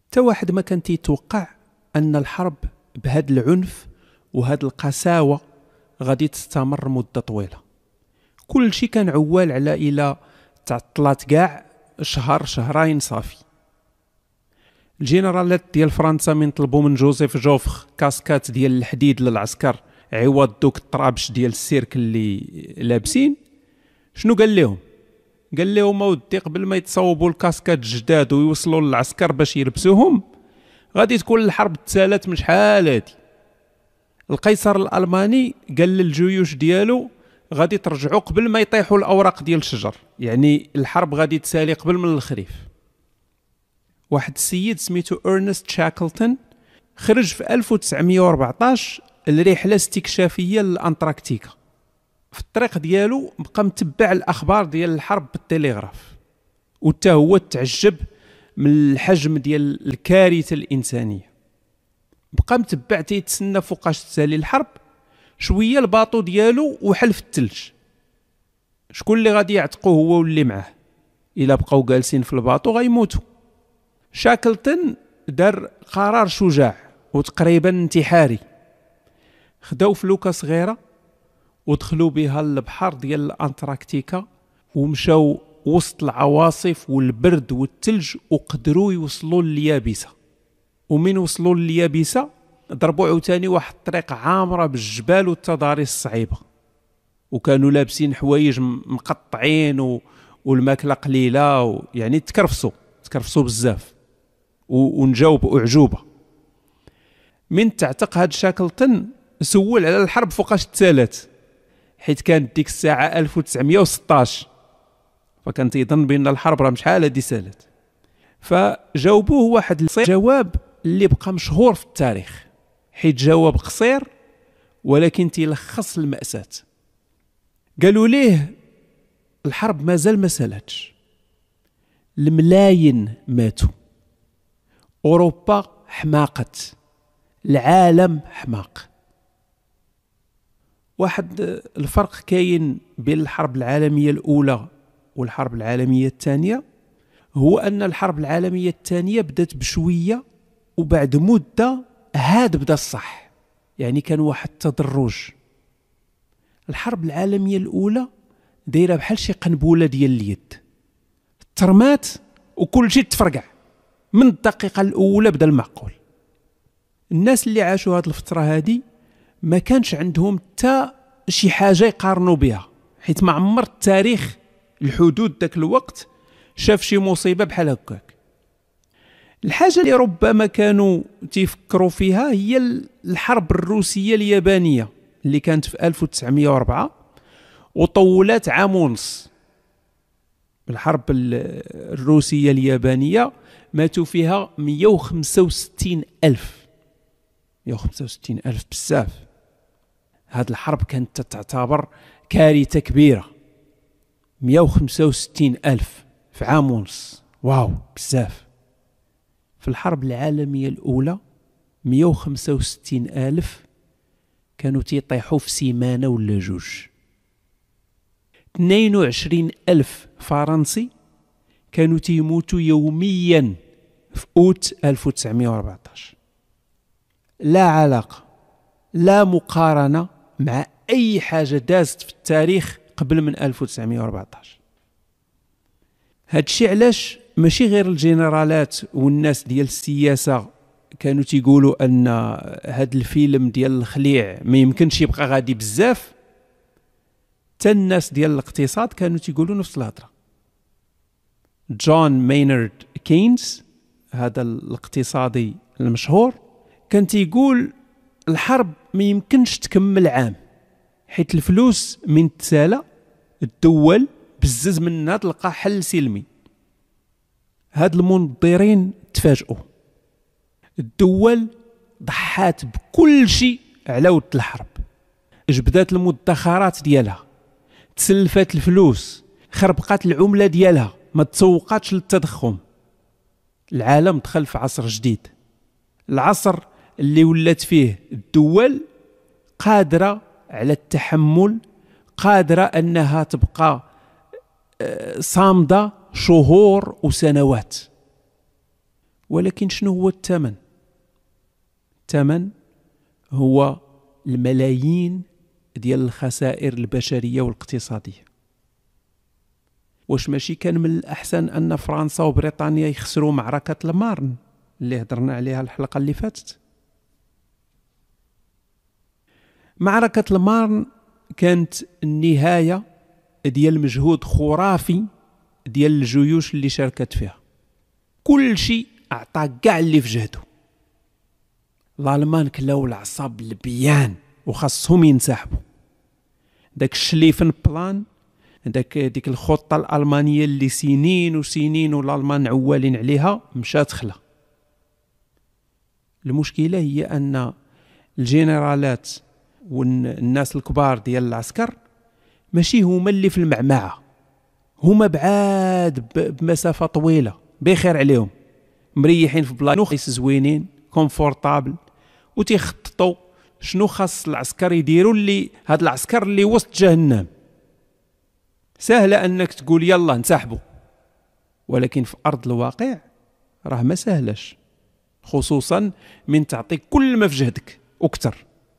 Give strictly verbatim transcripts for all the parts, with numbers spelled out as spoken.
تا واحد ما كان تيتوقع أن الحرب بهذا العنف وهذا القساوة غادي تستمر مدة طويلة. كل شيء كان عوال على إلى تعطلات كاع شهر شهرين صافي. الجنرالات ديال فرنسا من طلبوا من جوزيف جوفخ كاسكات ديال الحديد للعسكر عوض دوك الطرابش ديال السيرك اللي لابسين، شنو قال لهم؟ قال لهم اودي قبل ما يتصاوبوا الكاسكات جداد ويوصلوا للعسكر باش يلبسوهم غادي تكون الحرب تسالات من شحال هادي. القيصر الألماني قال للجيوش ديالو غادي ترجعوا قبل ما يطيحوا الأوراق ديال الشجر، يعني الحرب غادي تسالي قبل من الخريف. واحد السيد سميتو إرنست شاكلتون خرج في ألف وتسعمية وأربعطاش الرحلة استكشافية للأنتاركتيكا. في الطريق ديالو بقى متبع الأخبار ديال الحرب بالتليغراف، وتا هو تعجب من الحجم ديال الكارثة الإنسانية. بقى متبع تيتسنى فوقاش تسالي الحرب. شوية الباطو ديالو وحل في الثلج. شكون اللي غادي يعتقوه هو واللي معاه؟ إلا بقاو جالسين في الباطو غيموتوا. شاكلتون دار قرار شجاع وتقريبا انتحاري. خداو فلوكة صغيرة ودخلوا بها البحر ديال الأنتاركتيكا ومشاو وسط العواصف والبرد والثلج وقدروا يوصلوا لليابسة. ومن وصلوا لليابسة ضربوا عاوتاني واحد الطريق عامرة بالجبال والتضاريس الصعيبة، وكانوا لابسين حوايج مقطعين و... والماكلة قليلة و... يعني تكرفسوا تكرفسوا بزاف و... ونجاو بأعجوبة. من تعتق هاد شاكلتون سول على الحرب فوقاش تسالات، حيت كانت ديك الساعة ألف وتسعمية وستطاش، فكان تيظن بأن الحرب راه شحال هادي سالت. فجاوبوه واحد الجواب اللي بقى مشهور في التاريخ، حيت جواب قصير ولكن تيلخص المأساة. قالوا ليه الحرب مازال ما سالتش، الملايين ماتوا، أوروبا حماقت، العالم حماق. واحد الفرق كاين بين الحرب العالمية الأولى والحرب العالمية الثانية هو أن الحرب العالمية الثانية بدأت بشوية وبعد مدة هاد بدا الصح، يعني كان واحد التدرج. الحرب العالمية الأولى دايرة بحال شي قنبولة ديال اليد، ترمات وكل شيء تفرقع من الدقيقة الأولى بدا المعقول. الناس اللي عاشوا هاد الفترة هادي ما كانش عندهم تا شي حاجة يقارنوا بها، حيت ما عمر التاريخ الحدود داك الوقت شاف شي مصيبة بحال هكاك. الحاجة اللي ربما كانوا تيفكروا فيها هي الحرب الروسية اليابانية اللي كانت في ألف وتسعمية وأربعة وطولت عام ونص. الحرب الروسية اليابانية ماتوا فيها مية وخمسة وستين ألف مية وخمسة وستين ألف بزاف. هذه الحرب كانت تعتبر كارثة كبيرة، مية وخمسة وستين ألف في عام ونص، واو بزاف. في الحرب العالمية الأولى مية وخمسة وستين ألف كانوا تيطيحوا في سيمانة ولا جوج. اثنين وعشرين ألف فرنسي كانوا تيموتوا يوميا في أوت ألف وتسعمية وأربعطاش. لا علاقة، لا مقارنة مع أي حاجة دازت في التاريخ قبل من ألف وتسعمية وأربعطاش. هادشي علاش ماشي غير الجنرالات والناس ديال السياسة كانوا تيقولوا أن هاد الفيلم ديال الخليع ما يمكنش يبقى غادي بزاف، تا الناس ديال الاقتصاد كانوا تيقولوا نفس الهضرة. جون ماينارد كينز هذا الاقتصادي المشهور كان تيقول الحرب ما يمكنش تكمل عام، حيت الفلوس من تسالى الدول بزز منها تلقى حل سلمي. هاد المنظرين تفاجئوا، الدول ضحات بكل شيء على ود الحرب، جبدات المدخرات ديالها، تسلفات الفلوس، خربقات العملة ديالها، ما تسوقاتش للتضخم. العالم دخل في عصر جديد، العصر اللي ولات فيه الدول قادرة على التحمل، قادرة أنها تبقى صامدة شهور وسنوات. ولكن شنو هو الثمن؟ الثمن هو الملايين ديال الخسائر البشرية والاقتصادية. واش ماشي كان من الأحسن أن فرنسا وبريطانيا يخسروا معركة المارن اللي هضرنا عليها الحلقة اللي فاتت؟ معركة المارن كانت النهاية ديال مجهود خرافي ديال الجيوش اللي شاركت فيها. كل شيء أعطى كاع اللي في جهده. الألمان كلاو العصاب البيان وخاصهم ينسحبوا. داك الشليفن بلان، داك ديك الخطة الألمانية اللي سنين وسنين والألمان عوالين عليها مشات خلا. المشكلة هي أن الجنرالات والناس الكبار ديال العسكر ماشي هما اللي في المعمعة، هما بعاد بمسافة طويلة بخير عليهم، مريحين في بلايص زوينين كومفورطابل، وتيخططوا شنو خاص العسكر يديروا. اللي هاد العسكر اللي وسط جهنم سهلة أنك تقول يلا نسحبوا، ولكن في أرض الواقع راه ما سهلش، خصوصا من تعطيك كل ما في جهدك أكتر.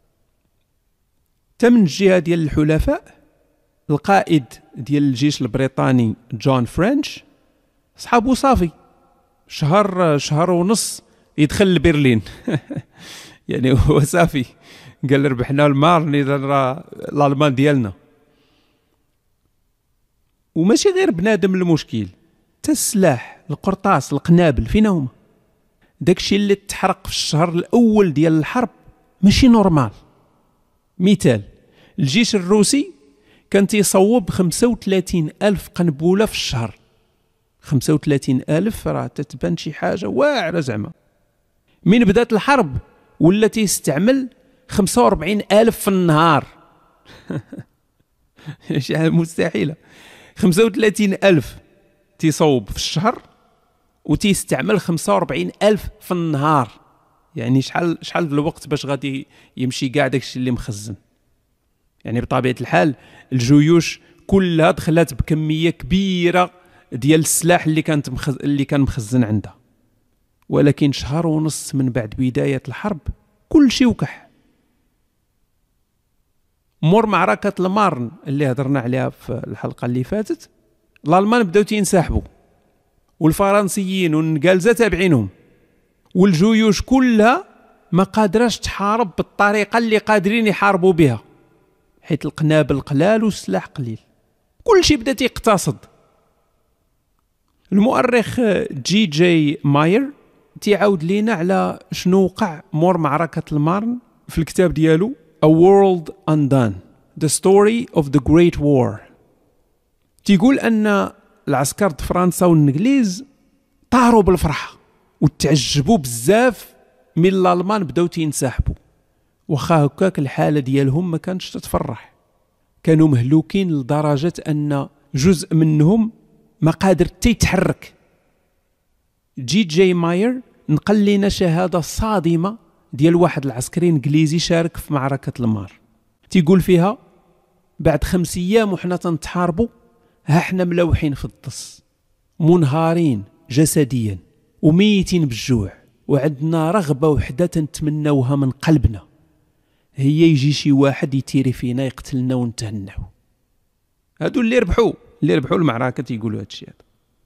تمن الجهة ديال الحلفاء، القائد ديال الجيش البريطاني جون فرنش صحابو صافي شهر شهر ونص يدخل لبرلين يعني هو صافي قال ربحنا المارن، اذا راه الالمان ديالنا. وماشي غير بنادم المشكل، حتى السلاح، القرطاس، القنابل فين هما؟ داكشي اللي تحرق في الشهر الاول ديال الحرب ماشي نورمال. مثال، الجيش الروسي كان تيصوب خمسة وثلاثين ألف قنبلة في الشهر. خمسة وثلاثين ألف راه تتبان شي حاجة واعرة زعما. من بدات الحرب ولا تيستعمل خمسة وأربعين ألف في النهار شي حاجة مستحيلة. خمسة وثلاثين ألف تيصوب في الشهر وتيستعمل خمسة وأربعين ألف في النهار، يعني شحال شحال الوقت باش غادي يمشي كاع داكشي اللي مخزن. يعني بطبيعة الحال الجيوش كلها دخلت بكمية كبيرة ديال السلاح اللي كانت مخز... اللي كان مخزن عندها، ولكن شهر ونص من بعد بداية الحرب كل شيء وكح. مور معركة المارن اللي هضرنا عليها في الحلقة اللي فاتت، الألمان بداو تينسحبوا والفرنسيين والنقالزة تابعينهم، والجيوش كلها ما قادراش تحارب بالطريقة اللي قادرين يحاربوا بها، حيث القنابل قلال والسلاح قليل، كل شيء بدا تيقتصد. المؤرخ جي جي ماير تيعاود لينا على شنو وقع مور معركة المارن في الكتاب ديالو A World Undone The Story of the Great War. تيقول أن العسكر د فرنسا والإنجليز طاروا بالفرحة وتعجبوا بزاف من الألمان بداو تينسحبوا، وخا هكاك الحالة ديالهم ما كانتش تتفرح، كانوا مهلوكين لدرجة أن جزء منهم ما قادر تيتحرك. جي جي ماير نقل لنا شهادة صادمة ديال واحد العسكري انجليزي شارك في معركة المار، تيقول فيها بعد خمس ايام وحنا تنتحاربوا ها احنا ملوحين في الضص، منهارين جسديا وميتين بالجوع، وعندنا رغبة وحدة تنتمناوها من قلبنا، هي يجي شي واحد يتيري فينا يقتلنا ونتهناو. هادو اللي ربحوا اللي ربحوا المعركة تيقولوا هادشي هذا.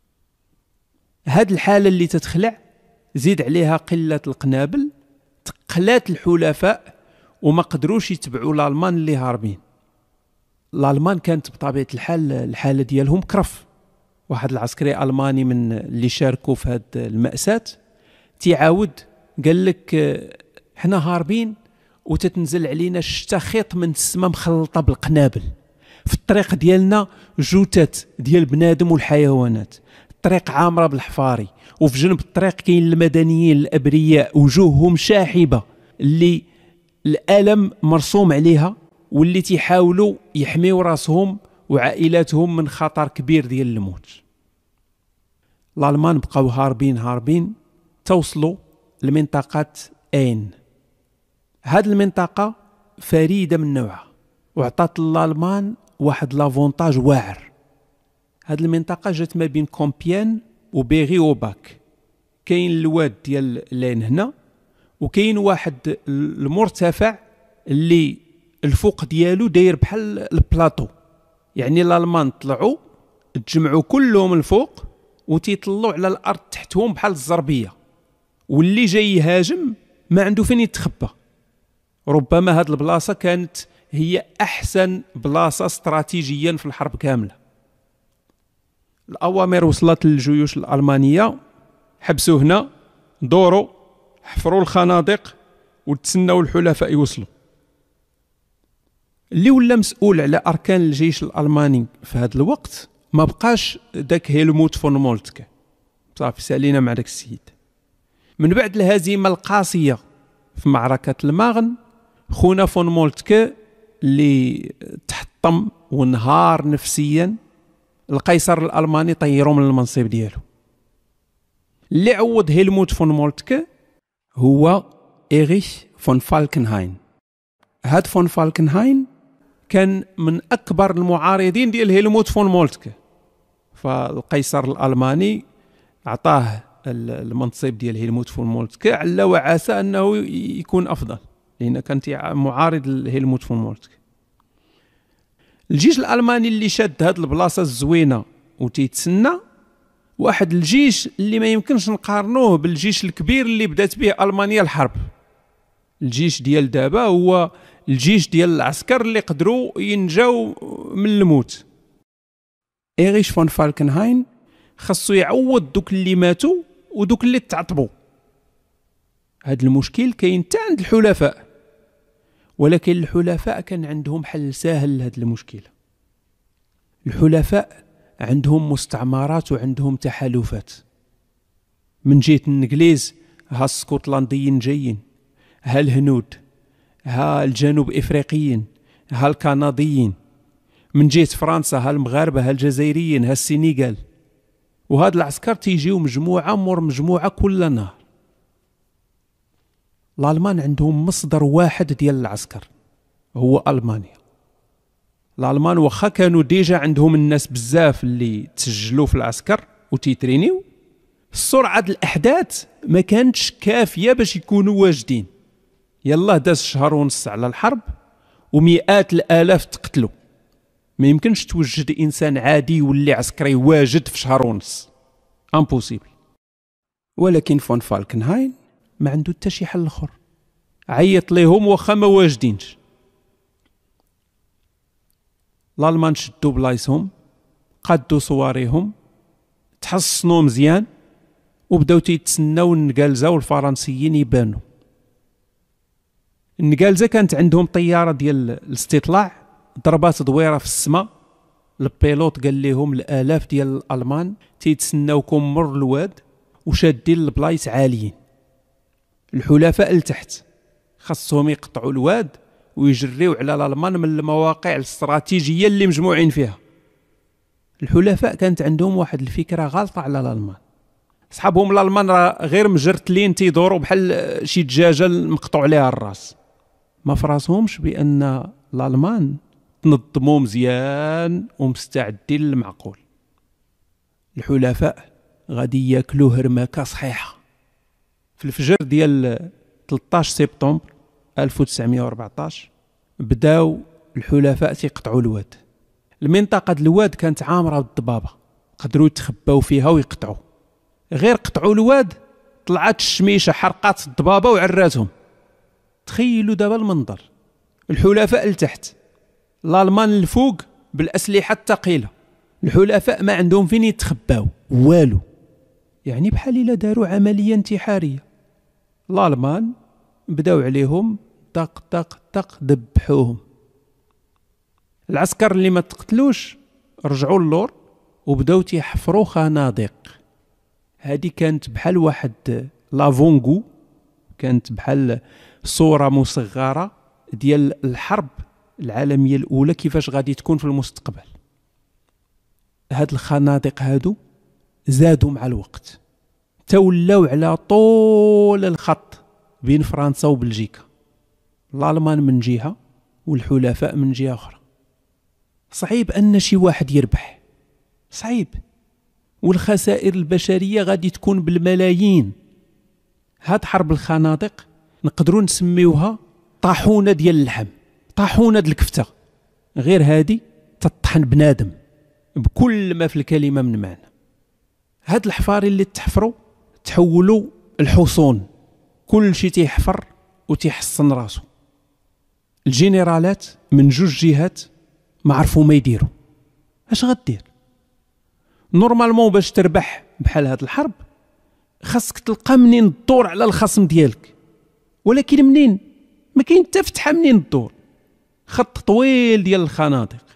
هاد الحالة اللي تتخلع زيد عليها قلة القنابل، تقلات الحلفاء وما قدروش يتبعوا الألمان اللي هاربين. الألمان كانت بطبيعة الحال الحالة ديالهم كرف. واحد العسكري ألماني من اللي شاركوا في هاد المأساة تيعاود قال لك حنا هاربين وتتنزل علينا شتا خيط من السما مخلطة بالقنابل، في الطريق ديالنا جوتات ديال بنادم والحيوانات، الطريق عامرة بالحفاري، وفي جنب الطريق كاين المدنيين الأبرياء وجوههم شاحبة اللي الألم مرسوم عليها، واللي تيحاولوا يحميوا راسهم وعائلاتهم من خطر كبير ديال الموت. الألمان بقاو هاربين هاربين توصلوا لمنطقة أين. هاد المنطقة فريدة من نوعها وعطات الألمان واحد لافونتاج واعر. هاد المنطقة جات ما بين كومبيان وبيغي وباك، كاين الواد ديال لين هنا، وكاين واحد المرتفع اللي الفوق ديالو داير بحال البلاطو. يعني الالمان طلعوا تجمعوا كلهم الفوق وتيطلعوا على الارض تحتهم بحال الزربيه، واللي جاي يهاجم ما عنده فين يتخبى. ربما هاد البلاصه كانت هي احسن بلاصه استراتيجيا في الحرب كامله. الاوامر وصلت للجيوش الالمانيه، حبسوا هنا، دوروا، حفروا الخنادق وتسناو الحلفاء يوصلوا. اللي ولا مسؤول على اركان الجيش الالماني في هذا الوقت ما بقاش داك هيلموت فون مولتكه، صافي سالينا مع داك السيد. من بعد الهزيمه القاسيه في معركه الماغن، خونا فون مولتكه اللي تحطم وانهار نفسيا، القيصر الالماني طيروا من المنصب ديالو. اللي عوض هيلموت فون مولتكه هو إيريش فون فالكنهاين. هاد فون فالكنهاين كان من اكبر المعارضين ديال هيلموت فون مولتكه، فالقيصر الالماني اعطاه المنصب ديال هيلموت فون مولتكه على وعسى انه يكون افضل، لان كان معارض لهيلموت فون مولتكه. الجيش الالماني اللي شاد هاد البلاصه الزوينه وتيتسنى، واحد الجيش اللي ما يمكنش نقارنوه بالجيش الكبير اللي بدات به المانيا الحرب. الجيش ديال دابا هو الجيش ديال العسكر اللي قدروا ينجاو من الموت. إيريش فون فالكنهاين خاصو يعوض دوك اللي ماتوا ودوك اللي تعطبوا. هاد المشكل كاين حتى عند الحلفاء، ولكن الحلفاء كان عندهم حل ساهل لهاد المشكله. الحلفاء عندهم مستعمرات وعندهم تحالفات. من جهه الانجليز ها السكوتلنديين جايين، ها الهنود، ها الجنوب افريقيين، ها الكنديين. من جهه فرنسا ها المغاربه، ها الجزائريين، ها السنغال. وهاد العسكر تيجيو مجموعه مور مجموعه كل نهار. الالمان عندهم مصدر واحد ديال العسكر هو المانيا. الالمان واخا كانوا ديجا عندهم الناس بزاف اللي تسجلوا في العسكر وتيترينيو، سرعه الاحداث ما كانتش كافيه باش يكونوا واجدين. يلا داز شهر ونص على الحرب ومئات الالاف تقتلوا، ما يمكنش توجد انسان عادي واللي عسكري واجد في شهر ونص، امبوسيبل. ولكن فون فالكنهاين ما عنده حتى شي حل اخر، عيط ليهم واخا ما واجدينش. الالمان شدوا بلايصهم، قادوا صواريهم، تحصنوا مزيان، وبداو تيتسناو النقالزه والفرنسيين يبانوا. النقالزه كانت عندهم طياره ديال الاستطلاع، ضربات دويره في السماء. البيلوت قال لهم الالاف ديال الالمان تيتسناوكم مر الواد وشادين البلايص عاليين. الحلفاء لتحت خاصهم يقطعوا الواد ويجريو على الالمان من المواقع الاستراتيجيه اللي مجموعين فيها. الحلفاء كانت عندهم واحد الفكره غلطه على الالمان. صحابهم الالمان راه غير مجرتلين تيدوروا بحال شي دجاجه مقطوع عليها الراس. ما فراسهمش بان الالمان تنظموا مزيان ومستعدين للمعقول. الحلفاء غادي ياكلوا هرمكه صحيحه. في الفجر ديال ثلاثة عشر سبتمبر ألف وتسعمائة وأربعة عشر بداو الحلفاء تيقطعوا الواد. المنطقه د الواد كانت عامره بالضبابه، قدروا يتخباو فيها ويقطعوا. غير قطعوا الواد طلعت الشميشه حرقات الضبابه وعراتهم. تخيلوا دابا المنظر، الحلفاء لتحت، الالمان الفوق بالاسلحه الثقيله. الحلفاء ما عندهم فين يتخباو والو، يعني بحال الا داروا عمليه انتحاريه. الالمان بداو عليهم طق طق طق دبحوهم. العسكر اللي ما تقتلوش رجعوا للور وبداو تيحفروا خنادق. هذه كانت بحال واحد لافونغو، كانت بحال صوره مصغره ديال الحرب العالميه الاولى كيفاش غادي تكون في المستقبل. هاد الخنادق هادو زادوا مع الوقت، تولاو على طول الخط بين فرنسا وبلجيكا. الالمان من جهه والحلفاء من جهه اخرى. صعيب ان شي واحد يربح، صعيب. والخسائر البشرية غادي تكون بالملايين. هاد حرب الخنادق نقدروا نسميوها طاحونة ديال اللحم، طاحونة ديال الكفتة، غير هادي تطحن بنادم بكل ما في الكلمة من معنى. هاد الحفاري اللي تحفروا تحولوا الحصون، كل شيء تيحفر وتيحصن راسو. الجنرالات من جوج جهات ما عرفوا ما يديروا. اش غدير؟ نورمالمون باش تربح بحال هاد الحرب خاصك تلقى منين تدور على الخصم ديالك، ولكن منين؟ ما كاين حتى فتحه منين تدور، خط طويل ديال الخنادق.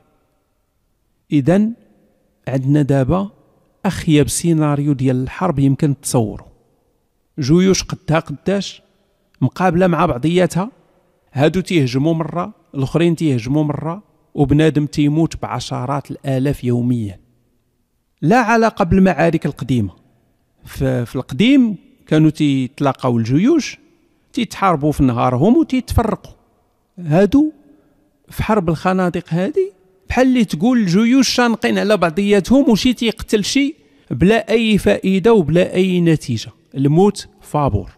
اذا عندنا دابا اخيب سيناريو ديال الحرب يمكن تصوروا. جيوش قدها قداش مقابله مع بعضياتها، هادو تيهجموا مره، الاخرين تيهجموا مره، وبنادم تيموت بعشرات الالاف يوميا. لا علاقه بالمعارك القديمه. في القديم كانوا تيتلاقاو الجيوش تيتحاربوا في نهارهم وتيتفرقوا. هادو في حرب الخنادق هادي بحال اللي تقول الجيوش شانقين على بعضياتهم وشي تيقتل شي بلا اي فائده وبلا اي نتيجه، الموت فابور.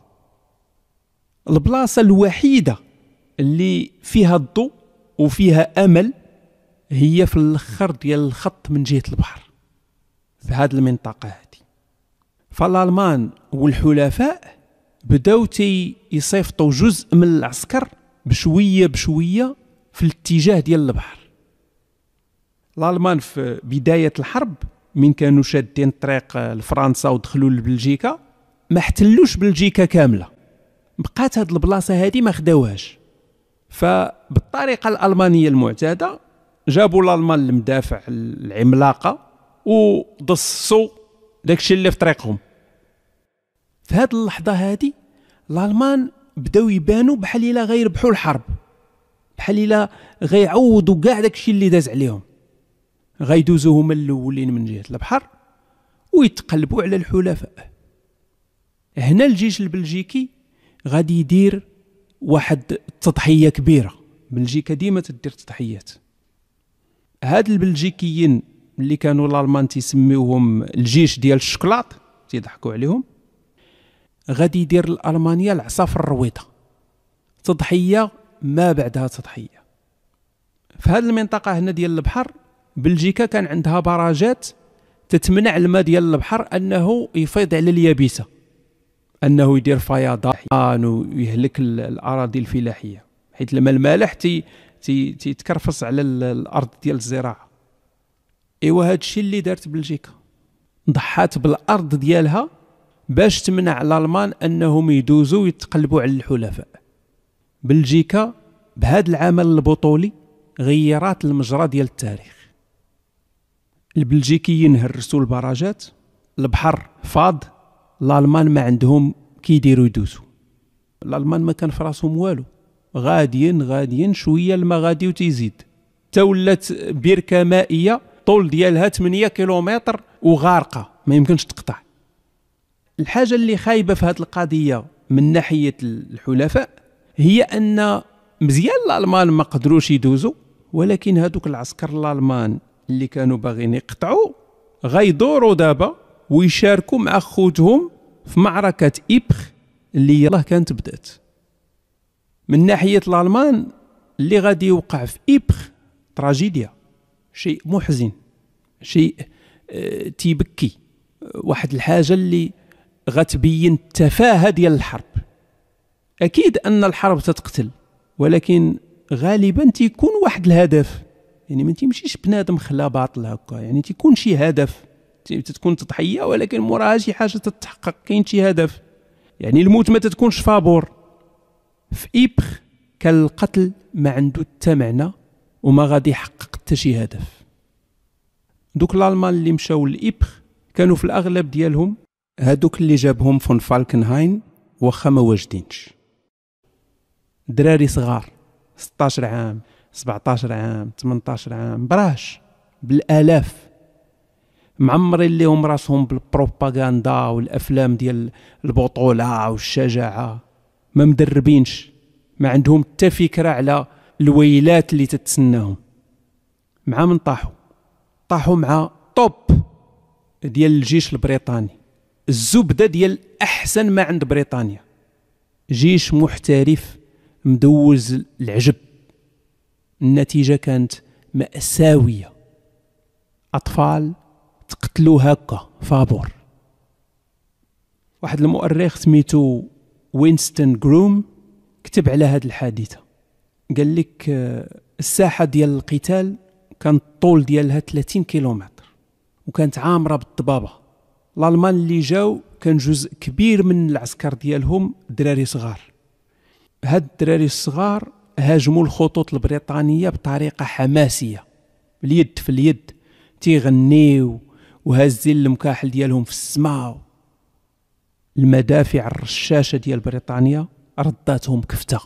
البلاصه الوحيده اللي فيها الضوء وفيها امل هي في الاخر ديال الخط من جهه البحر، في هذه المنطقه هذه. فالالمان والحلفاء بداو تي يصيفطوا جزء من العسكر بشويه بشويه في الاتجاه ديال البحر. الالمان في بدايه الحرب من كانوا شادين الطريق لفرنسا ودخلوا لبلجيكا ما احتلوش بلجيكا كامله، بقات هاد البلاصه هادي ما خداوهاش. فبالطريقه الالمانيه المعتاده جابوا الالمان المدافع العملاقه ودصوا داكشي اللي في طريقهم. في هاد اللحظه هادي الالمان بداو يبانوا بحال الا غيربحوا الحرب، بحال الا غيعوضوا كاع داكشي اللي داز عليهم، غيدوزوا هما الاولين من جهه البحر ويتقلبوا على الحلفاء. هنا الجيش البلجيكي غادي يدير واحد التضحيه كبيره. بلجيكا ديما تدير تضحيات. هاد البلجيكيين اللي كانوا الالمان تيسميوهم الجيش ديال الشكلاط، تيضحكوا عليهم، غادي يدير الالمانيا العصافر الرويضه، تضحيه ما بعدها تضحيه. في هذه المنطقه هنا ديال البحر بلجيكا كان عندها براجات تتمنع الماء ديال البحر انه يفيض على اليابسه، انه يدير فيضان ويهلك الاراضي الفلاحيه، حيث الماء المالح تي تي تيتكرفص على الارض ديال الزراعه. ايوا هذا الشيء اللي دارت بلجيكا، ضحات بالارض ديالها باش تمنع الالمان انهم يدوزوا ويتقلبوا على الحلفاء. بلجيكا بهذا العمل البطولي غيرات المجرى ديال التاريخ. البلجيكيين هرسوا البراجات، البحر فاض، الالمان ما عندهم كيديروا يدوزوا. الالمان ما كان في راسهم والو، غاديين غاديين شويه الماء غادي وتيزيد، حتى ولات بركه مائيه طول ديالها ثمانية كيلومتر وغارقه ما يمكنش تقطع. الحاجه اللي خايبه في هذه القضيه من ناحيه الحلفاء هي ان مزيان الالمان ما قدروش يدوزوا، ولكن هذوك العسكر الالمان اللي كانوا باغيين يقطعوا غيدوروا دابا ويشاركوا مع خوتهم في معركه إبخ اللي يلاه كانت بدات. من ناحيه الالمان اللي غادي يوقع في إبخ تراجيديا، شيء محزن، شيء اه تيبكي، واحد الحاجه اللي غتبين التفاهه ديال الحرب. اكيد ان الحرب تتقتل، ولكن غالبا تيكون واحد الهدف، يعني ما تيمشيش بنادم خلا باطل هكا، يعني تيكون شي هدف، تتكون تضحيه ولكن موراها شي حاجه تتحقق، كاين شي هدف. يعني الموت ما تتكونش فابور. في إبخ كان القتل ما عنده حتى معنى وما غادي يحقق حتى شي هدف. دوك الالمان اللي مشاو لإبخ كانوا في الاغلب ديالهم هادوك اللي جابهم فون فالكنهاين، واخا ما واجدينش، دراري صغار ستة عشر عام، سبعة عشر عام، ثمانية عشر عام، براش بالالاف، معمرين لهم راسهم بالبروباغندا والافلام ديال البطوله والشجاعه، ما مدربينش، ما عندهم حتى فكره على الويلات اللي تتسناهم. مع من طاحوا طاحوا مع طوب ديال الجيش البريطاني، الزبدة ديال أحسن ما عند بريطانيا، جيش محترف مدوز العجب. النتيجة كانت مأساوية، أطفال تقتلوا هكا فابور. واحد المؤرخ سميتو وينستون جروم كتب على هذه الحادثة، قال لك الساحة ديال القتال كان الطول ديالها ثلاثين كيلومتر وكانت عامرة بالضبابة. الألمان اللي جاو كان جزء كبير من العسكر ديالهم دراري صغار. هاد الدراري الصغار هاجموا الخطوط البريطانية بطريقة حماسية، اليد في اليد تيغنيو وهازين المكاحل ديالهم في السماء. المدافع الرشاشة ديال بريطانيا رداتهم كفتة.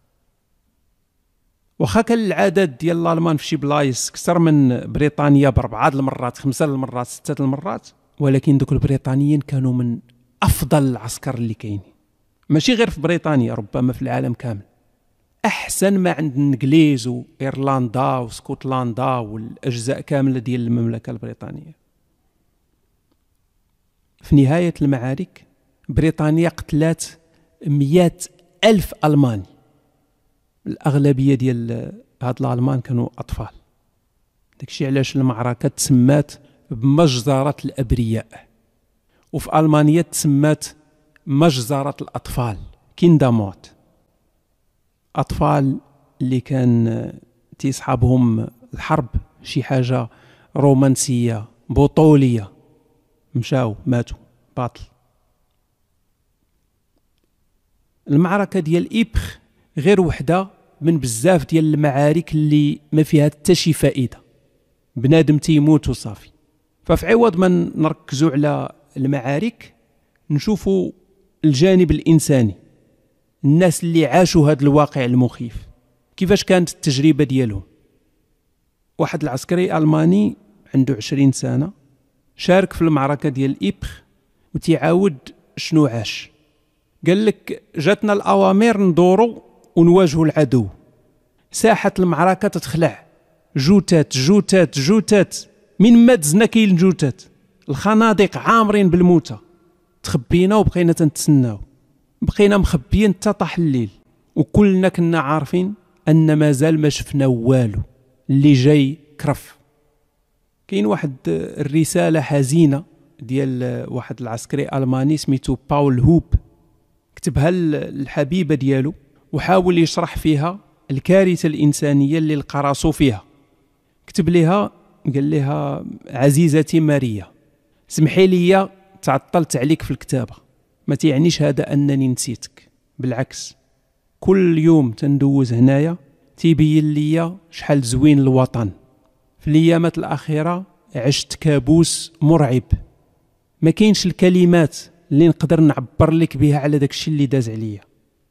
واخا كان العدد ديال الالمان في شي بلايص كثر من بريطانيا بربعه المرات، خمسه المرات، سته المرات، ولكن دوك البريطانيين كانوا من افضل العسكر اللي كاينين، ماشي غير في بريطانيا، ربما في العالم كامل. احسن ما عند الانجليز وايرلندا وسكوتلندا والاجزاء كامله ديال المملكه البريطانيه. في نهايه المعارك بريطانيا قتلات مئة ألف ألماني. الأغلبية ديال هاد الألمان كانوا أطفال. داكشي علاش المعركة تسمات بمجزرة الأبرياء، وفي ألمانيا تسمات مجزرة الأطفال، كينداموت. أطفال اللي كان تيصحابهم الحرب شي حاجة رومانسية بطولية، مشاو ماتوا باطل. المعركة ديال إيبخ غير وحده من بزاف ديال المعارك اللي ما فيها حتى شي فائده، بنادم تيموت وصافي. ففي عوض ما نركزوا على المعارك نشوفوا الجانب الانساني، الناس اللي عاشوا هذا الواقع المخيف كيفاش كانت التجربه ديالهم. واحد العسكري الماني عنده عشرين سنه شارك في المعركه ديال إيبخ وتيعاود شنو عاش. قال لك جاتنا الاوامر ندوروا ونواجهوا العدو. ساحة المعركة تتخلع، جوتات جوتات جوتات، من ما دزنا كاين الجوتات، الخنادق عامرين بالموتى. تخبينا وبقينا تنتسناو، بقينا مخبيين حتى طاح الليل، وكلنا كنا عارفين ان مازال ما شفنا والو، اللي جاي كرف. كاين واحد الرسالة حزينة ديال واحد العسكري ألماني سميتو باول هوب، كتبها الحبيبة ديالو وحاول يشرح فيها الكارثة الإنسانية اللي لقى راسو فيها. كتب لها قال لها عزيزتي ماريا، سمحي لي تعطلت عليك في الكتابة، ما تعنيش هذا أنني نسيتك، بالعكس كل يوم تندوز هنايا تيبين لي شحال زوين الوطن. في الأيامات الأخيرة عشت كابوس مرعب، ما كاينش الكلمات اللي نقدر نعبر لك بها على داكشي اللي داز عليا.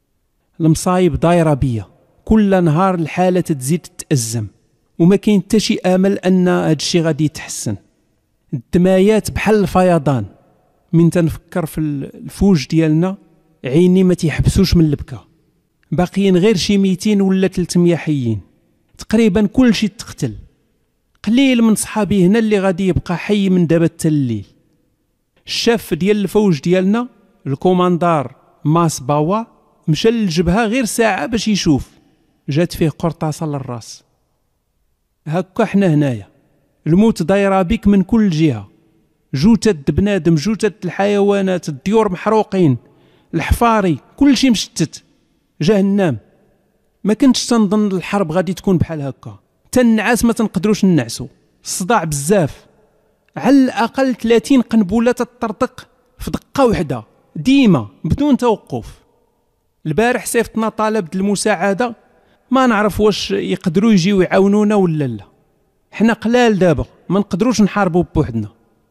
المصايب دايره بيا، كل نهار الحاله تزيد تتأزم وما كاين حتى شي امل ان هذا الشيء غادي يتحسن. الدمايات بحال الفيضان، من تنفكر في الفوج ديالنا عيني ما تيحبسوش من البكا. باقيين غير شي ميتين ولا ثلاثمية حيين، تقريبا كل شيء تقتل. قليل من صحابي هنا اللي غادي يبقى حي من دابا حتى الليل. الشاف ديال الفوج ديالنا الكوماندار ماس باوا مشى للجبهه غير ساعه باش يشوف، جات فيه قرطاسه للراس. هكا حنا هنايا الموت دايره بك من كل جهه، جوتة بنادم، جوتة الحيوانات، الديور محروقين، الحفاري، كل شيء مشتت. جهنم. ما كنتش تنظن الحرب غادي تكون بحال هكا، حتى النعاس ما تنقدروش ننعسوا، الصداع بزاف. على الاقل ثلاثين قنبله تطرطق في دقه واحده ديما بدون توقف. البارح صيفطنا طلب المساعده، ما نعرف واش يقدروا يجيو يعاونونا ولا لا. حنا قلال دابا ما نقدروش نحاربوا بوحدنا.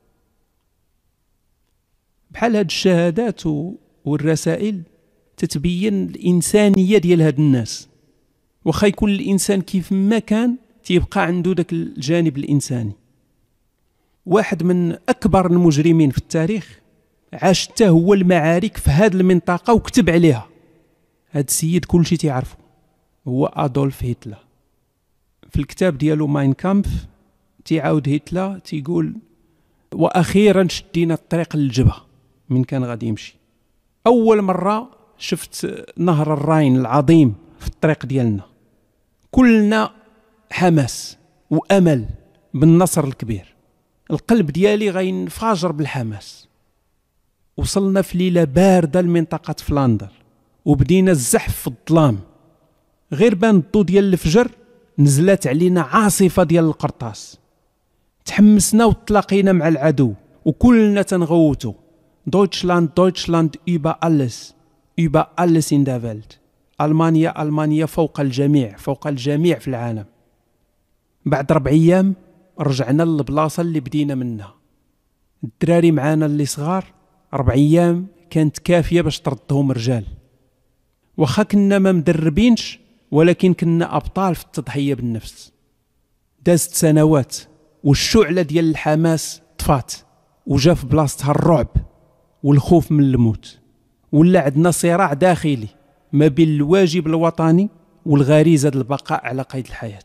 بحال هاد الشهادات والرسائل تتبين الانسانيه ديال هاد الناس. واخا يكون الانسان كيف ما كان تيبقى عنده داك الجانب الانساني. واحد من اكبر المجرمين في التاريخ عاش حتى هو المعارك في هاد المنطقه وكتب عليها. هاد السيد كل شيء تعرفه هو ادولف هتلر. في الكتاب ديالو ماين كامف تيعاود هتلر تيقول واخيرا شدينا الطريق للجبهه. من كان غادي يمشي اول مره شفت نهر الراين العظيم في الطريق ديالنا، كلنا حماس وامل بالنصر الكبير، القلب ديالي غينفجر بالحماس. وصلنا في ليله بارده لمنطقه فلاندر وبدينا الزحف في الظلام، غير بان الضو ديال الفجر نزلت علينا عاصفه ديال القرطاس. تحمسنا وتلاقينا مع العدو وكلنا تنغوتو دويتشلاند دويتشلاند über alles über alles in der Welt. ألمانيا ألمانيا فوق الجميع فوق الجميع في العالم. بعد ربع ايام رجعنا للبلاصه اللي بدينا منها. الدراري معانا اللي صغار ربع ايام كانت كافيه باش تردهم رجال. واخا كنا ما مدربينش ولكن كنا ابطال في التضحيه بالنفس. دازت سنوات والشعله ديال الحماس طفات وجا في بلاصتها الرعب والخوف من الموت. ولا عندنا صراع داخلي ما بين الواجب الوطني والغريزه البقاء على قيد الحياه.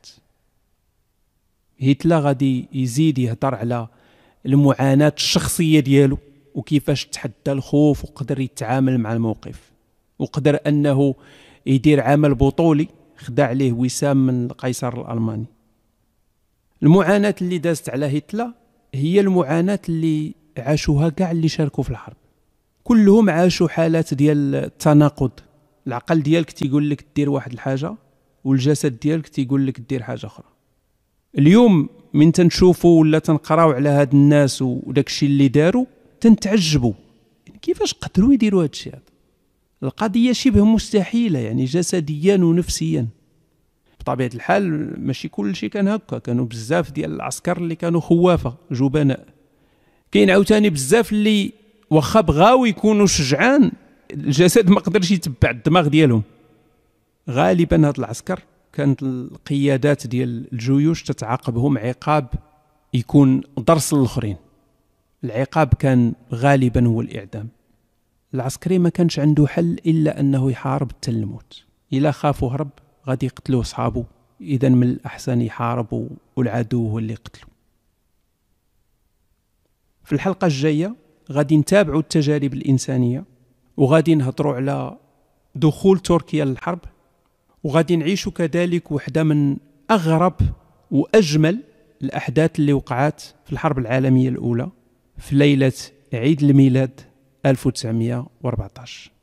هتلر غادي يزيد يهضر على المعاناه الشخصيه ديالو وكيفاش تحدى الخوف وقدر يتعامل مع الموقف، وقدر انه يدير عمل بطولي خدع عليه وسام من القيصر الالماني. المعاناه اللي دازت على هتلر هي المعاناه اللي عاشوها كاع اللي شاركوا في الحرب. كلهم عاشوا حالات ديال التناقض. العقل ديالك تيقول لك دير واحد الحاجه والجسد ديالك تيقول لك دير حاجه اخرى. اليوم من تنشوفوا ولا تنقراو على هاد الناس وداك الشيء اللي داروا تنتعجبوا يعني كيفاش قدروا يديروا هاد الشيء هذا. القضيه شبه مستحيله يعني جسديا ونفسيا. بطبيعه الحال ماشي كل شيء كان هكا، كانوا بزاف ديال العسكر اللي كانوا خوافه جبناء. كاين عاوتاني بزاف اللي واخا بغاو يكونوا شجعان الجسد ما قدرش يتبع الدماغ ديالهم. غالبا هاد العسكر كانت القيادات ديال الجيوش تتعاقبهم عقاب يكون درس للاخرين. العقاب كان غالبا هو الاعدام. العسكري ما كانش عنده حل الا انه يحارب حتى الموت. الا خافوا هرب غادي يقتلوه صحابه، اذا من الاحسن يحاربوا والعدو هو اللي يقتلو. في الحلقه الجايه غادي نتابعوا التجارب الانسانيه وغادي نهضروا على دخول تركيا للحرب، وغادي نعيشوا كذلك وحده من اغرب واجمل الاحداث اللي وقعت في الحرب العالميه الاولى في ليله عيد الميلاد ألف وتسعمائة وأربعة عشر.